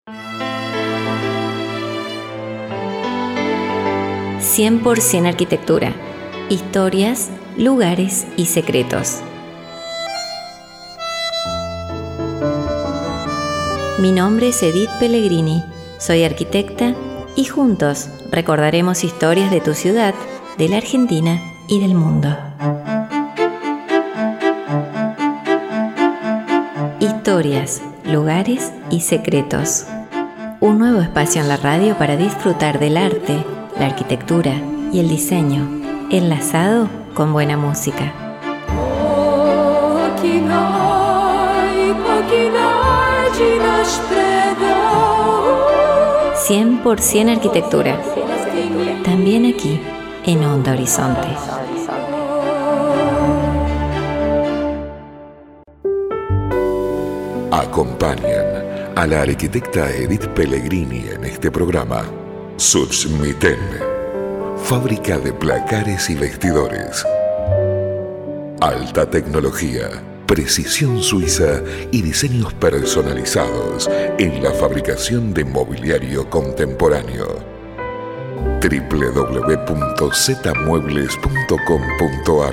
100% Arquitectura, historias, lugares y secretos. Mi nombre es Edith Pellegrini, soy arquitecta y juntos recordaremos historias de tu ciudad, de la Argentina y del mundo. Historias, lugares y secretos. Un nuevo espacio en la radio para disfrutar del arte, la arquitectura y el diseño, enlazado con buena música. 100% Arquitectura, también aquí en Onda Horizonte. Acompañan a la arquitecta Edith Pellegrini en este programa. Sudsmiten, fábrica de placares y vestidores. Alta tecnología, precisión suiza y diseños personalizados en la fabricación de mobiliario contemporáneo. www.zmuebles.com.ar.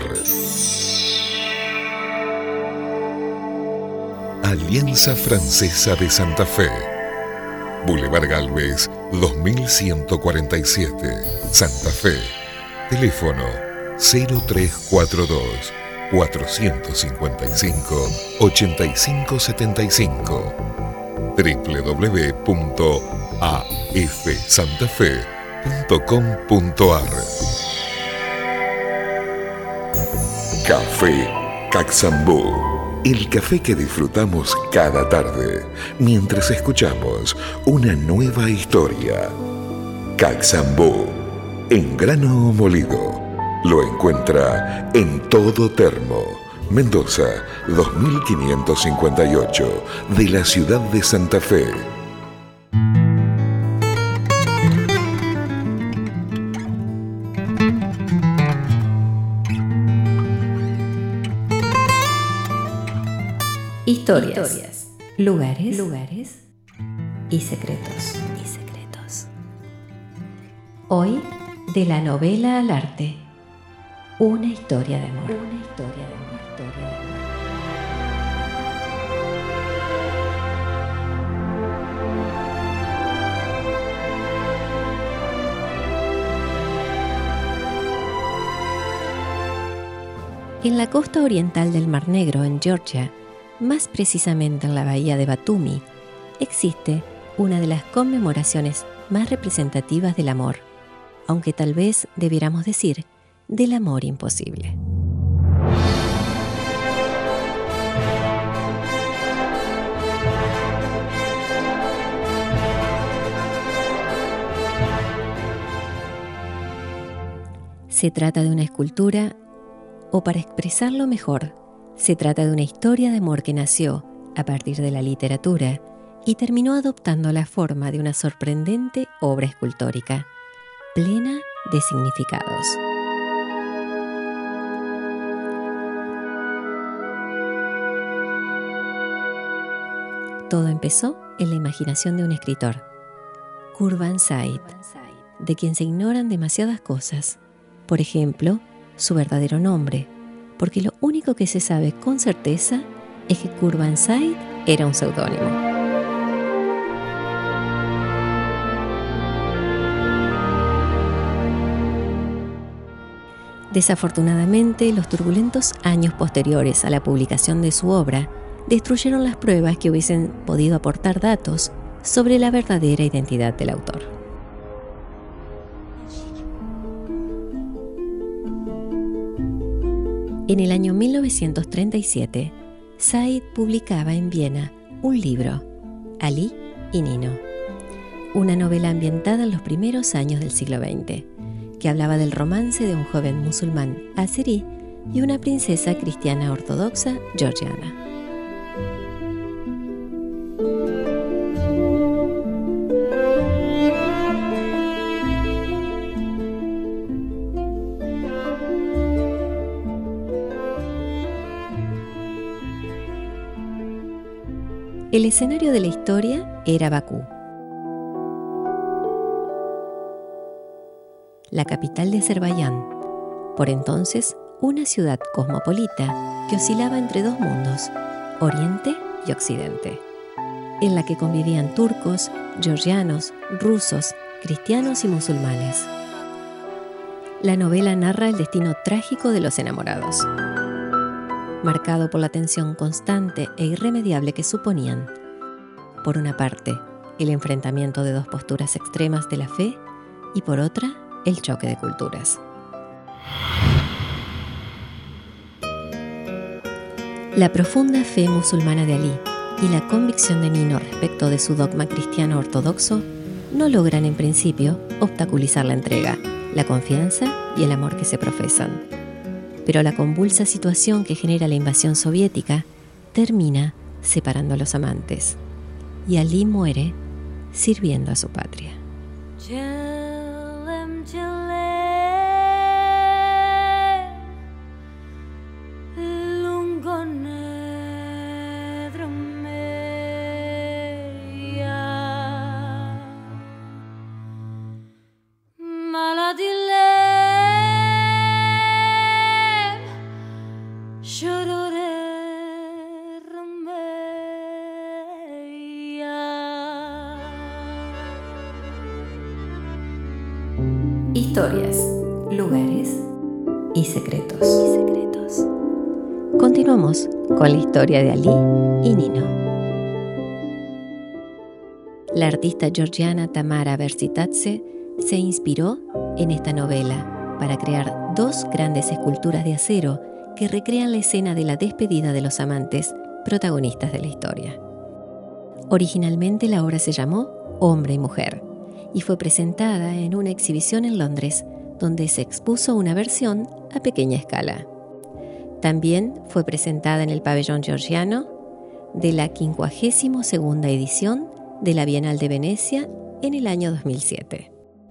Alianza Francesa de Santa Fe. Boulevard Galvez, 2147, Santa Fe. Teléfono 0342 455 8575. www.afsantafe.com.ar. Café Caxambú. El café que disfrutamos cada tarde mientras escuchamos una nueva historia. Caxambú, en grano molido. Lo encuentra en Todo Termo, Mendoza, 2558, de la ciudad de Santa Fe. Historias, lugares y secretos. Hoy, de la novela al arte, una historia de amor. En la costa oriental del Mar Negro, en Georgia, más precisamente en la bahía de Batumi, existe una de las conmemoraciones más representativas del amor, aunque tal vez debiéramos decir del amor imposible. Se trata de una escultura, o para expresarlo mejor, se trata de una historia de amor que nació a partir de la literatura y terminó adoptando la forma de una sorprendente obra escultórica, plena de significados. Todo empezó en la imaginación de un escritor, Kurban Said, de quien se ignoran demasiadas cosas. Por ejemplo, su verdadero nombre, porque lo único que se sabe con certeza es que Kurban Said era un seudónimo. Desafortunadamente, los turbulentos años posteriores a la publicación de su obra destruyeron las pruebas que hubiesen podido aportar datos sobre la verdadera identidad del autor. En el año 1937, Said publicaba en Viena un libro, Ali y Nino, una novela ambientada en los primeros años del siglo XX, que hablaba del romance de un joven musulmán azerí y una princesa cristiana ortodoxa georgiana. El escenario de la historia era Bakú, la capital de Azerbaiyán, por entonces una ciudad cosmopolita que oscilaba entre dos mundos, Oriente y Occidente, en la que convivían turcos, georgianos, rusos, cristianos y musulmanes. La novela narra el destino trágico de los enamorados, marcado por la tensión constante e irremediable que suponían, por una parte, el enfrentamiento de dos posturas extremas de la fe y por otra, el choque de culturas. La profunda fe musulmana de Alí y la convicción de Nino respecto de su dogma cristiano ortodoxo no logran en principio obstaculizar la entrega, la confianza y el amor que se profesan. Pero la convulsa situación que genera la invasión soviética termina separando a los amantes, y Alí muere sirviendo a su patria. Historias, lugares y secretos. Continuamos con la historia de Alí y Nino. La artista georgiana Tamara Versitadze se inspiró en esta novela para crear dos grandes esculturas de acero que recrean la escena de la despedida de los amantes protagonistas de la historia. Originalmente la obra se llamó Hombre y Mujer y fue presentada en una exhibición en Londres, donde se expuso una versión a pequeña escala. También fue presentada en el pabellón georgiano de la 52ª edición de la Bienal de Venecia en el año 2007.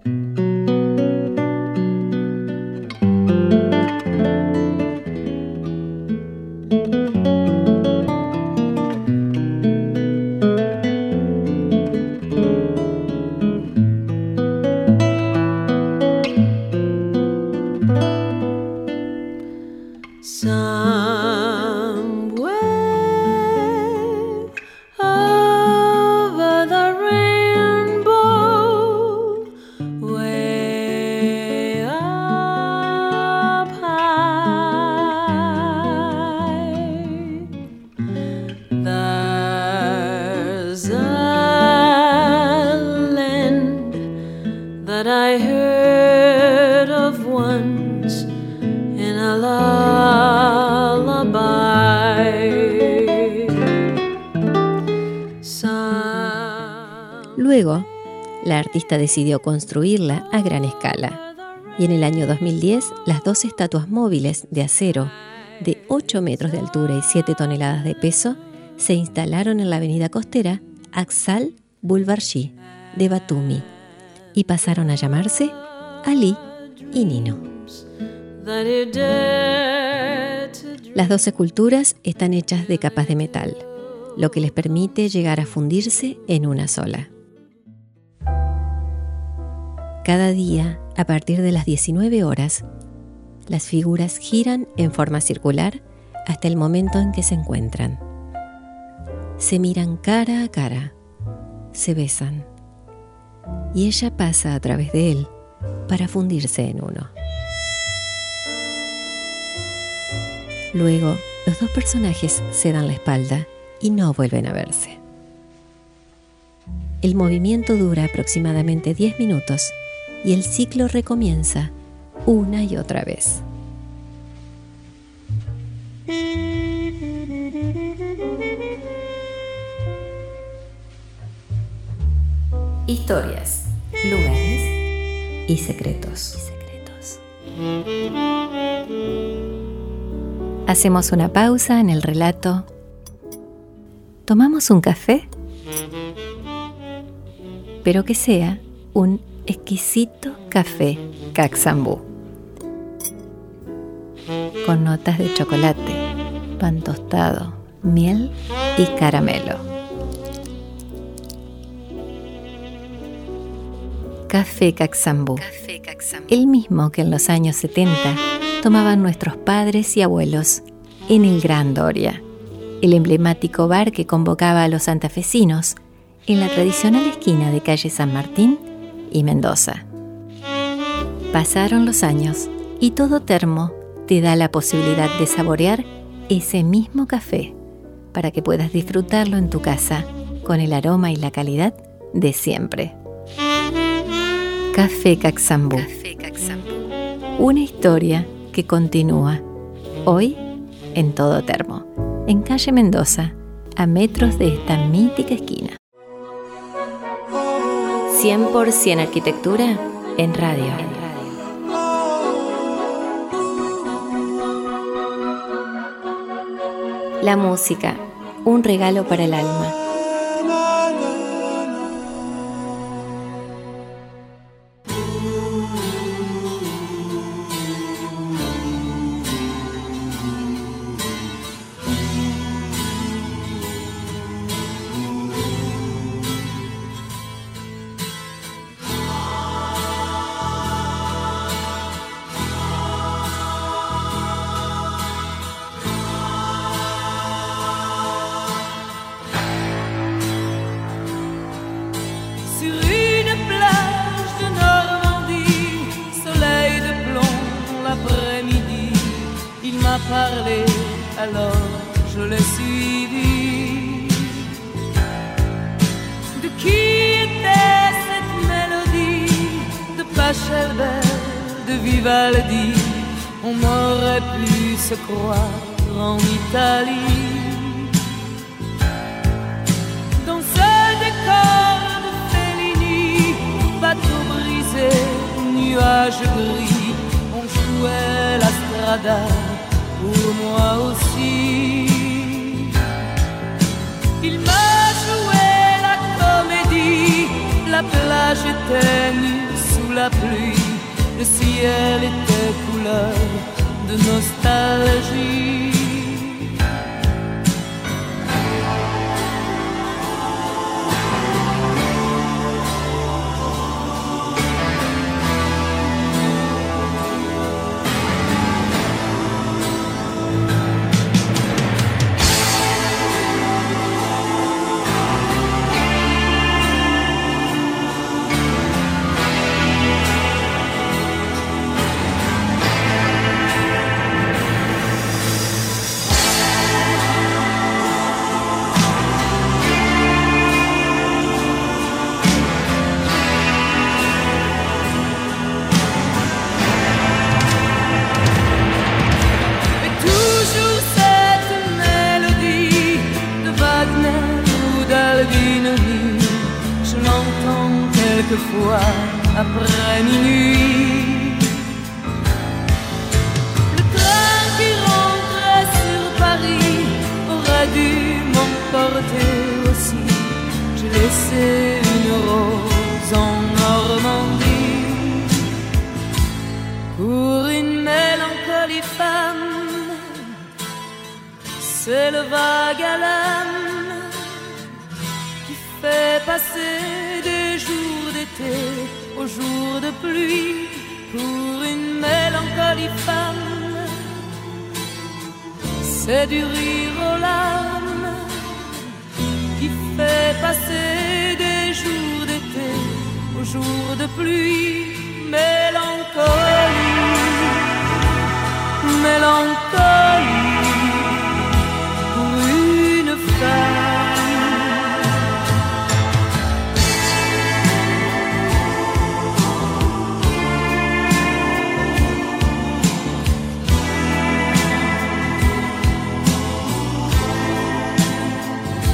Luego, la artista decidió construirla a gran escala y en el año 2010 las dos estatuas móviles de acero de 8 metros de altura y 7 toneladas de peso se instalaron en la avenida costera Aksal Bulvarshi de Batumi y pasaron a llamarse Alí y Nino. Las dos esculturas están hechas de capas de metal, lo que les permite llegar a fundirse en una sola. Cada día, a partir de las 19 horas, las figuras giran en forma circular hasta el momento en que se encuentran. Se miran cara a cara, se besan, y ella pasa a través de él para fundirse en uno. Luego, los dos personajes se dan la espalda y no vuelven a verse. El movimiento dura aproximadamente 10 minutos y el ciclo recomienza una y otra vez. Historias, lugares y secretos. Hacemos una pausa en el relato. ¿Tomamos un café? Pero que sea un exquisito café Kaxambú, con notas de chocolate, pan tostado, miel y caramelo. Café Caxambú, el mismo que en los años 70 tomaban nuestros padres y abuelos en el Gran Doria, el emblemático bar que convocaba a los santafesinos en la tradicional esquina de calle San Martín y Mendoza. Pasaron los años y Todo Termo te da la posibilidad de saborear ese mismo café para que puedas disfrutarlo en tu casa con el aroma y la calidad de siempre. Café Caxambú. Una historia que continúa hoy en Todo Termo, en calle Mendoza, a metros de esta mítica esquina. 100% arquitectura en radio. La música, un regalo para el alma. Parlé, alors je l'ai suivi. De qui était cette mélodie? De Pachelbel, de Vivaldi. On aurait pu se croire en Italie. Dans ce décor de Fellini, bateau brisé, nuages gris, on jouait la strada. Pour moi aussi, il m'a joué la comédie. La plage était nue sous la pluie, le ciel était couleur de nostalgie. Quelquefois après minuit, le train qui rentrait sur Paris aurait dû m'emporter aussi. J'ai laissé une rose en Normandie pour une mélancolie femme. C'est le vague à l'âme qui fait passer des jours d'été aux jours de pluie. Pour une mélancolie femme, c'est du rire aux larmes qui fait passer des jours d'été aux jours de pluie. Mélancolie, mélancolie pour une femme.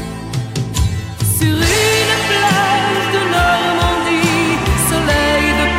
Sur une plage de Normandie, soleil de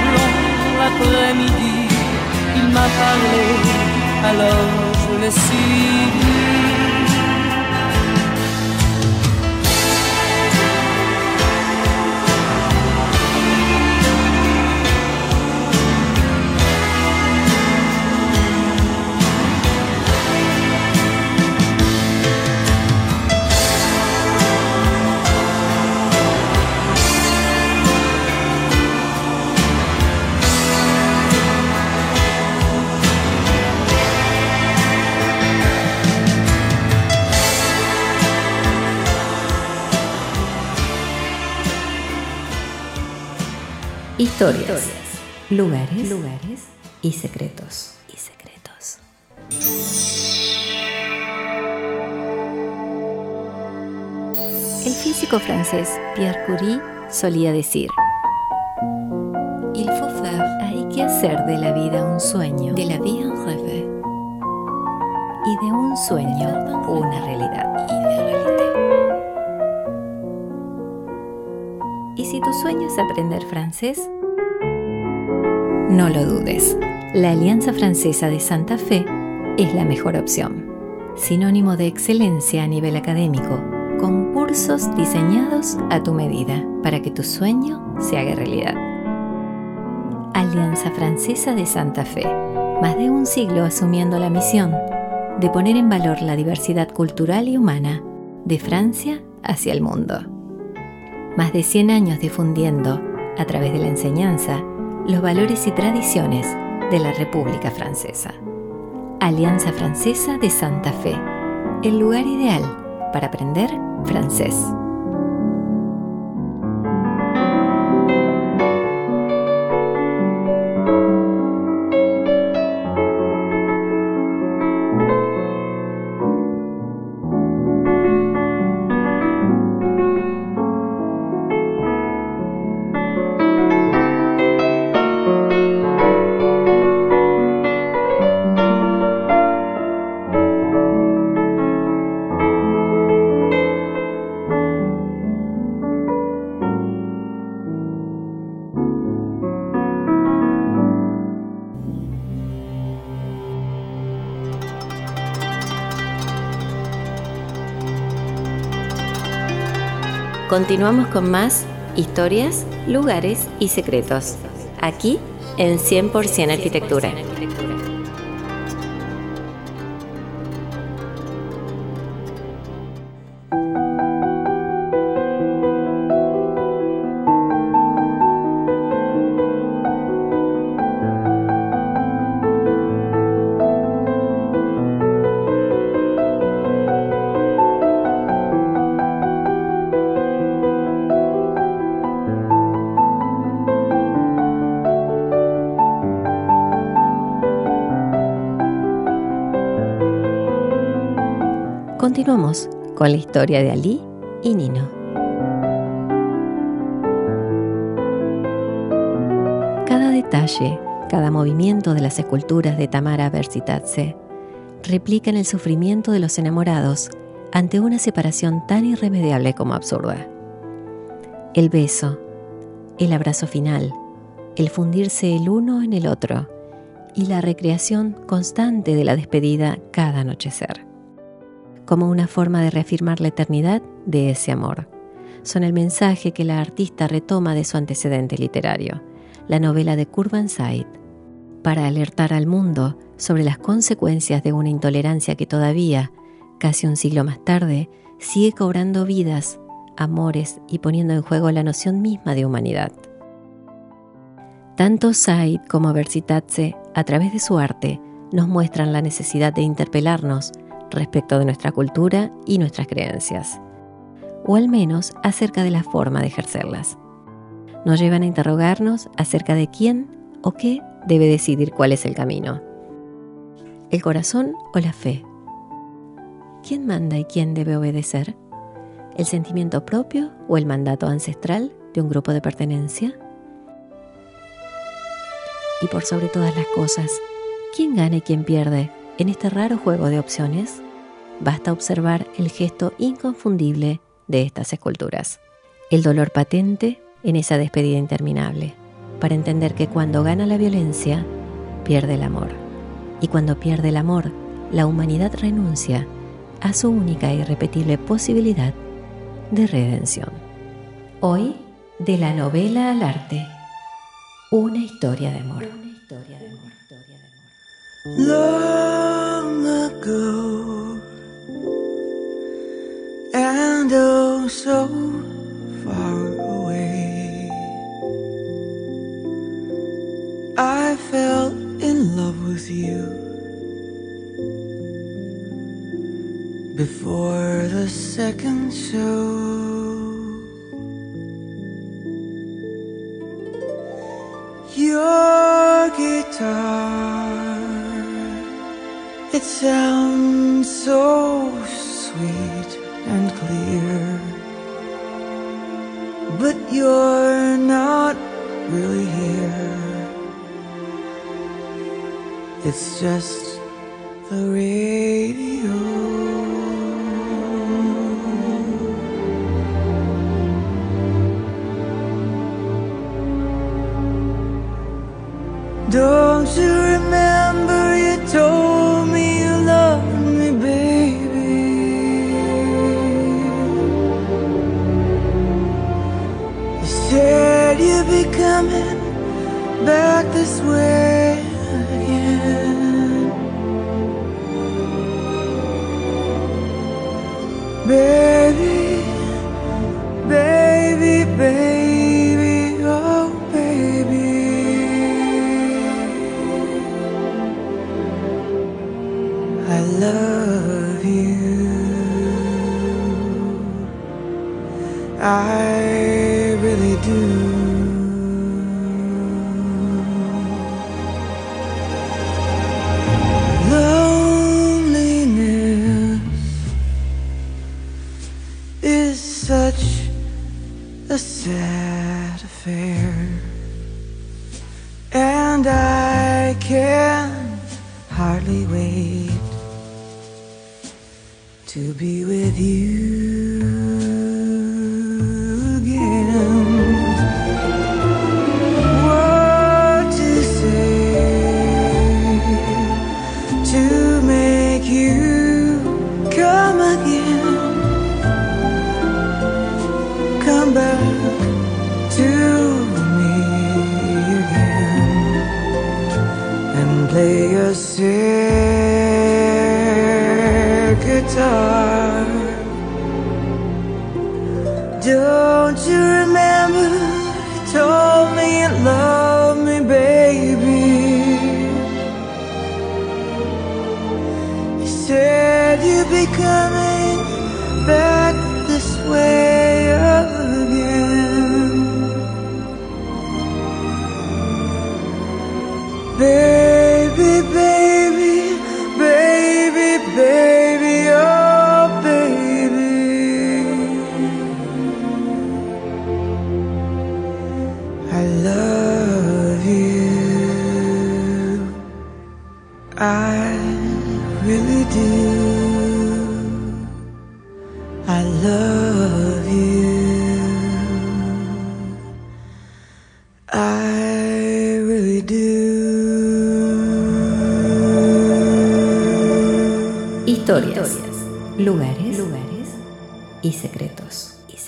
Historias, lugares y secretos. El físico francés Pierre Curie solía decir: Il faut faire, hay que hacer de la vida un sueño, de la vie un rêve, y de un sueño una realidad. ¿Y si tu sueño es aprender francés? No lo dudes, la Alianza Francesa de Santa Fe es la mejor opción. Sinónimo de excelencia a nivel académico, con cursos diseñados a tu medida para que tu sueño se haga realidad. Alianza Francesa de Santa Fe, más de un siglo asumiendo la misión de poner en valor la diversidad cultural y humana de Francia hacia el mundo. Más de 100 años difundiendo, a través de la enseñanza, los valores y tradiciones de la República Francesa. Alianza Francesa de Santa Fe, el lugar ideal para aprender francés. Continuamos con más historias, lugares y secretos, aquí en 100% Arquitectura. Continuamos con la historia de Ali y Nino. Cada detalle, cada movimiento de las esculturas de Tamara Versitadze replican el sufrimiento de los enamorados ante una separación tan irremediable como absurda. El beso, el abrazo final, el fundirse el uno en el otro y la recreación constante de la despedida cada anochecer, como una forma de reafirmar la eternidad de ese amor. Son el mensaje que la artista retoma de su antecedente literario, la novela de Kurban Said, para alertar al mundo sobre las consecuencias de una intolerancia que todavía, casi un siglo más tarde, sigue cobrando vidas, amores y poniendo en juego la noción misma de humanidad. Tanto Said como Versitadze, a través de su arte, nos muestran la necesidad de interpelarnos respecto de nuestra cultura y nuestras creencias, o al menos acerca de la forma de ejercerlas. Nos llevan a interrogarnos acerca de quién o qué debe decidir cuál es el camino. ¿El corazón o la fe? ¿Quién manda y quién debe obedecer? ¿El sentimiento propio o el mandato ancestral de un grupo de pertenencia? Y por sobre todas las cosas, ¿quién gana y quién pierde en este raro juego de opciones? Basta observar el gesto inconfundible de estas esculturas, el dolor patente en esa despedida interminable, para entender que cuando gana la violencia, pierde el amor. Y cuando pierde el amor, la humanidad renuncia a su única e irrepetible posibilidad de redención. Hoy, de la novela al arte, una historia de amor. Long ago, and oh so far away, I fell in love with you before the second show. your guitar. It sounds so sweet and clear, but you're not really here. It's just the radio. Don't you remember you told me you loved me, baby? You said you'd be coming back this way again. Baby, baby, baby, oh baby, I love you, I really do. Such a sad affair, and I can hardly wait to be with you again. What to say to make you come again? Come back to me again and play your sad guitar. Don't you remember you told me you loved me, baby? You said you'd be coming back this way again. Baby, baby, baby, baby, oh baby, I love you, I really do. I love you, I really do. Historias, lugares y secretos.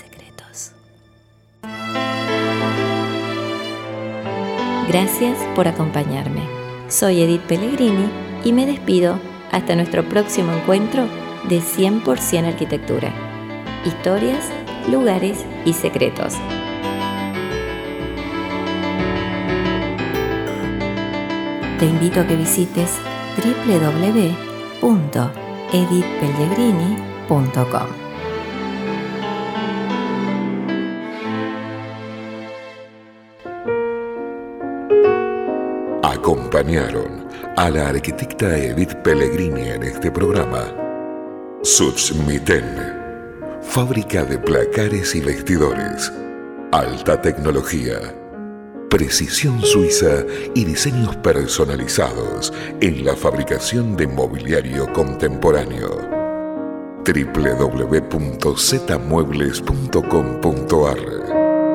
Gracias por acompañarme. Soy Edith Pellegrini y me despido hasta nuestro próximo encuentro de 100% Arquitectura. Historias, lugares y secretos. Te invito a que visites www.edithpellegrini.com. Acompañaron a la arquitecta Edith Pellegrini en este programa. Suts Mitten, fábrica de placares y vestidores, alta tecnología, precisión suiza y diseños personalizados en la fabricación de mobiliario contemporáneo. www.zmuebles.com.ar.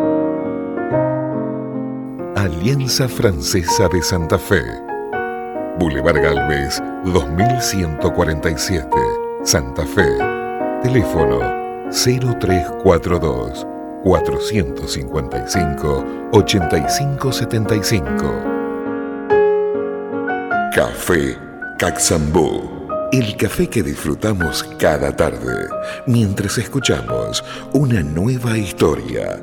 Alianza Francesa de Santa Fe, Boulevard Galvez 2147, Santa Fe. Teléfono 0342 455 8575. Café Caxambú, el café que disfrutamos cada tarde mientras escuchamos una nueva historia.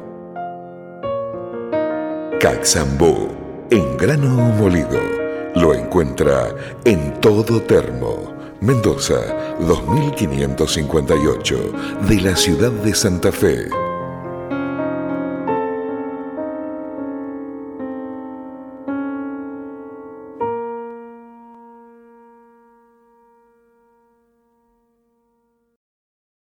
Caxambú, en grano molido, lo encuentra en Todo Termo, Mendoza 2558, de la ciudad de Santa Fe.